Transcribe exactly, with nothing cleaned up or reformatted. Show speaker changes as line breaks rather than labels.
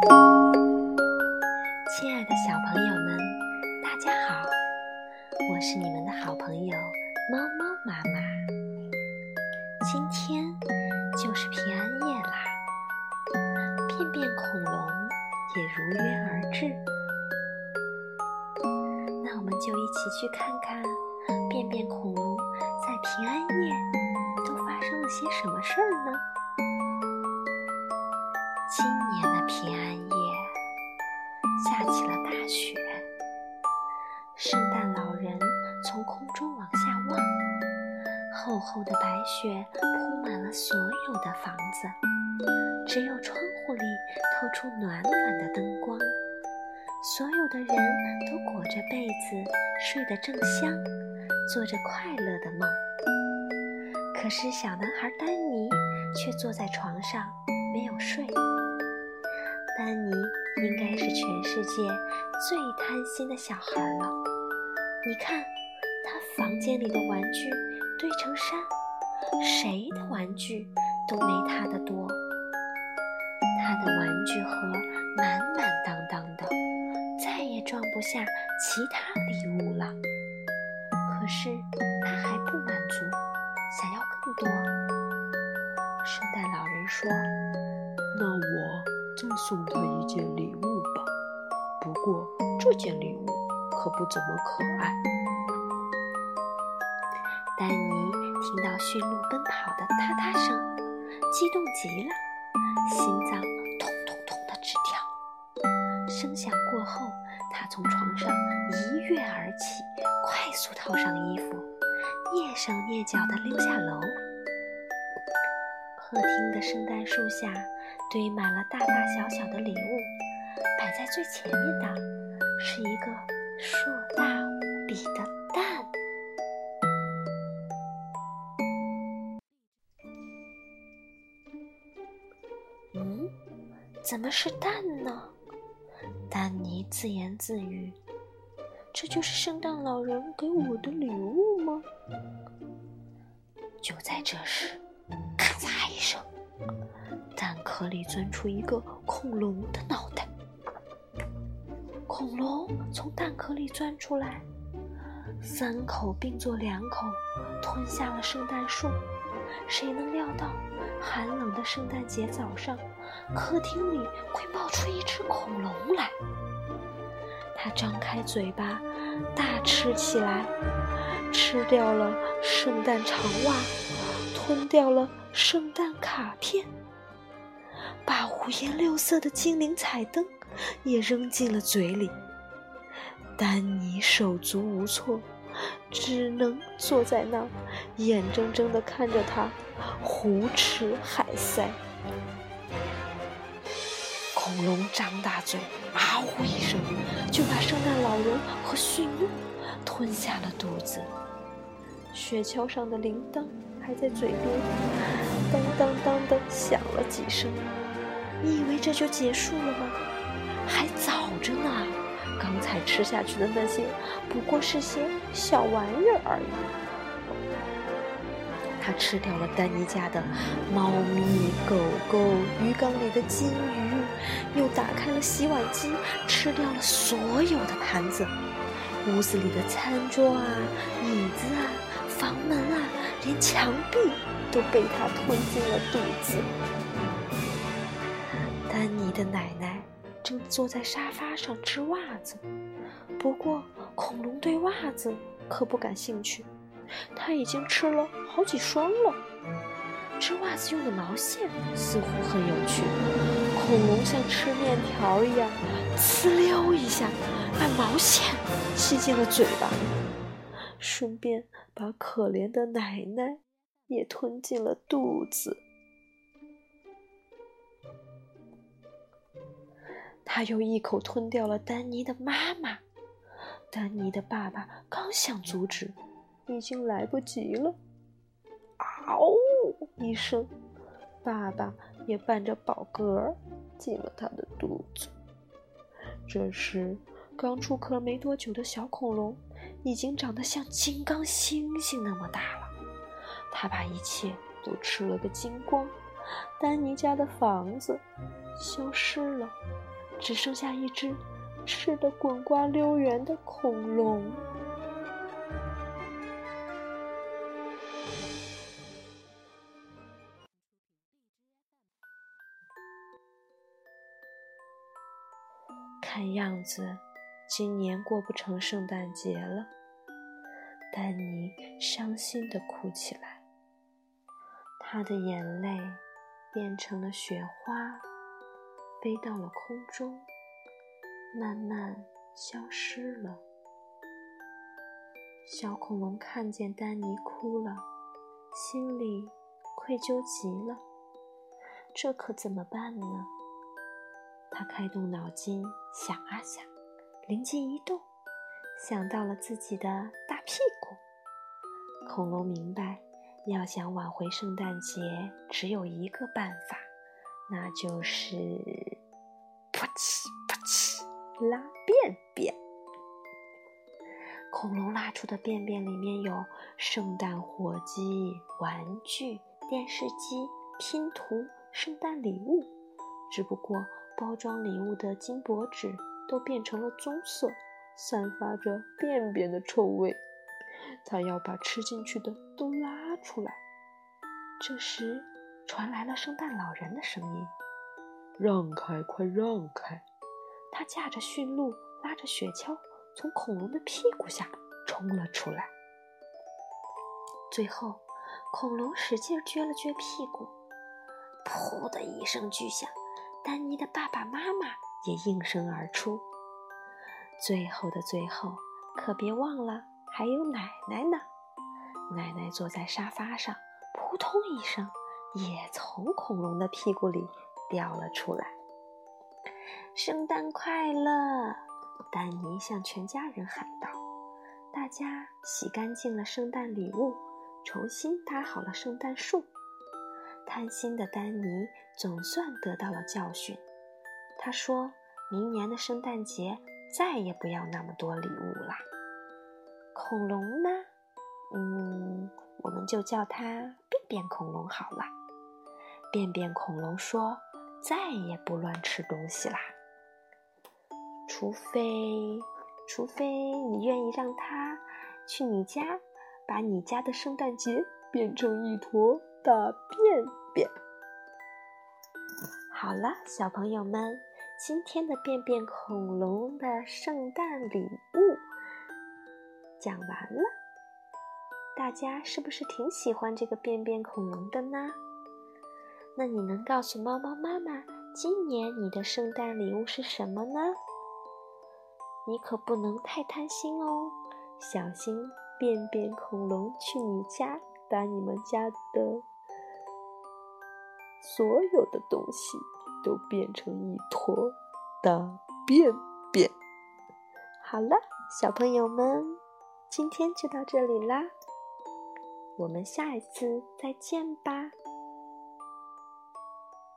亲爱的小朋友们，大家好，我是你们的好朋友猫猫妈妈。今天就是平安夜啦，便便恐龙也如约而至。那我们就一起去看看便便恐龙在平安夜都发生了些什么事儿呢？今年的平安夜下起了大雪，圣诞老人从空中往下望，厚厚的白雪铺满了所有的房子，只有窗户里透出暖暖的灯光，所有的人都裹着被子睡得正香，做着快乐的梦。可是小男孩丹尼却坐在床上没有睡。丹尼应该是全世界最贪心的小孩了。你看，他房间里的玩具堆成山，谁的玩具都没他的多。他的玩具盒满满当当的，再也装不下其他礼物了。可是他还不满足，想要更多。圣诞老人说：“
那我再送他一件礼物吧，不过这件礼物可不怎么可爱。”
丹尼听到驯鹿奔跑的踏踏声，激动极了，心脏咚咚咚地直跳。声响过后，他从床上一跃而起，快速套上衣服，蹑手蹑脚地溜下楼。客厅的圣诞树下堆满了大大小小的礼物，摆在最前面的是一个硕大无比的蛋。嗯，怎么是蛋呢？丹尼自言自语，这就是圣诞老人给我的礼物吗？就在这时，咔嚓一声，蛋壳里钻出一个恐龙的脑袋。恐龙从蛋壳里钻出来，三口并作两口吞下了圣诞树。谁能料到寒冷的圣诞节早上，客厅里会冒出一只恐龙来。它张开嘴巴大吃起来，吃掉了圣诞长袜，吞掉了圣诞卡片，把五颜六色的精灵彩灯也扔进了嘴里。丹尼手足无措，只能坐在那儿，眼睁睁地看着他胡吃海塞。恐龙张大嘴，嗷呼一声，就把圣诞老人和驯鹿吞下了肚子。雪橇上的铃铛还在嘴边当当当地响了几声。你以为这就结束了吗？还早着呢，刚才吃下去的那些不过是些小玩意儿而已。他吃掉了丹尼家的猫咪、狗狗，鱼缸里的金鱼，又打开了洗碗机，吃掉了所有的盘子。屋子里的餐桌啊、椅子啊、房门啊，连墙壁都被他吞进了肚子。丹尼的奶奶正坐在沙发上织袜子，不过恐龙对袜子可不感兴趣，他已经吃了好几双了。织袜子用的毛线似乎很有趣，恐龙像吃面条一样，呲溜一下把毛线吸进了嘴巴，顺便把可怜的奶奶也吞进了肚子。他又一口吞掉了丹尼的妈妈。丹尼的爸爸刚想阻止，已经来不及了。嗷一声，爸爸也伴着饱嗝进了他的肚子。这时，刚出壳没多久的小恐龙已经长得像金刚猩猩那么大了。他把一切都吃了个精光，丹尼家的房子消失了， 只剩下一只吃得滚瓜溜圆的恐龙。看样子今年过不成圣诞节了，丹尼伤心地哭起来，他的眼泪变成了雪花，飞到了空中，慢慢消失了。小恐龙看见丹尼哭了，心里愧疚极了，这可怎么办呢？他开动脑筋想啊想，灵机一动，想到了自己的大屁股。恐龙明白，要想挽回圣诞节，只有一个办法，那就是噗嗤噗嗤拉便便。恐龙拉出的便便里面有圣诞火鸡、玩具、电视机、拼图、圣诞礼物，只不过包装礼物的金箔纸都变成了棕色，散发着便便的臭味。他要把吃进去的都拉出来。这时传来了圣诞老人的声音：
让开，快让开！
他驾着驯鹿，拉着雪橇，从恐龙的屁股下冲了出来。最后恐龙使劲撅了撅屁股，噗的一声巨响，丹尼的爸爸妈妈也应声而出。最后的最后，可别忘了还有奶奶呢。奶奶坐在沙发上，扑通一声，也从恐龙的屁股里掉了出来。圣诞快乐！丹尼向全家人喊道。大家洗干净了圣诞礼物，重新搭好了圣诞树。贪心的丹尼总算得到了教训。他说，明年的圣诞节再也不要那么多礼物啦。恐龙呢？嗯，我们就叫它便便恐龙好了。便便恐龙说，再也不乱吃东西啦。除非，除非你愿意让它去你家，把你家的圣诞节变成一坨大便便。好了，小朋友们，今天的便便恐龙的圣诞礼物讲完了。大家是不是挺喜欢这个便便恐龙的呢？那你能告诉猫猫妈妈，今年你的圣诞礼物是什么呢？你可不能太贪心哦，小心便便恐龙去你家，把你们家的所有的东西都变成一坨大便便。好了，小朋友们，今天就到这里啦，我们下一次再见吧。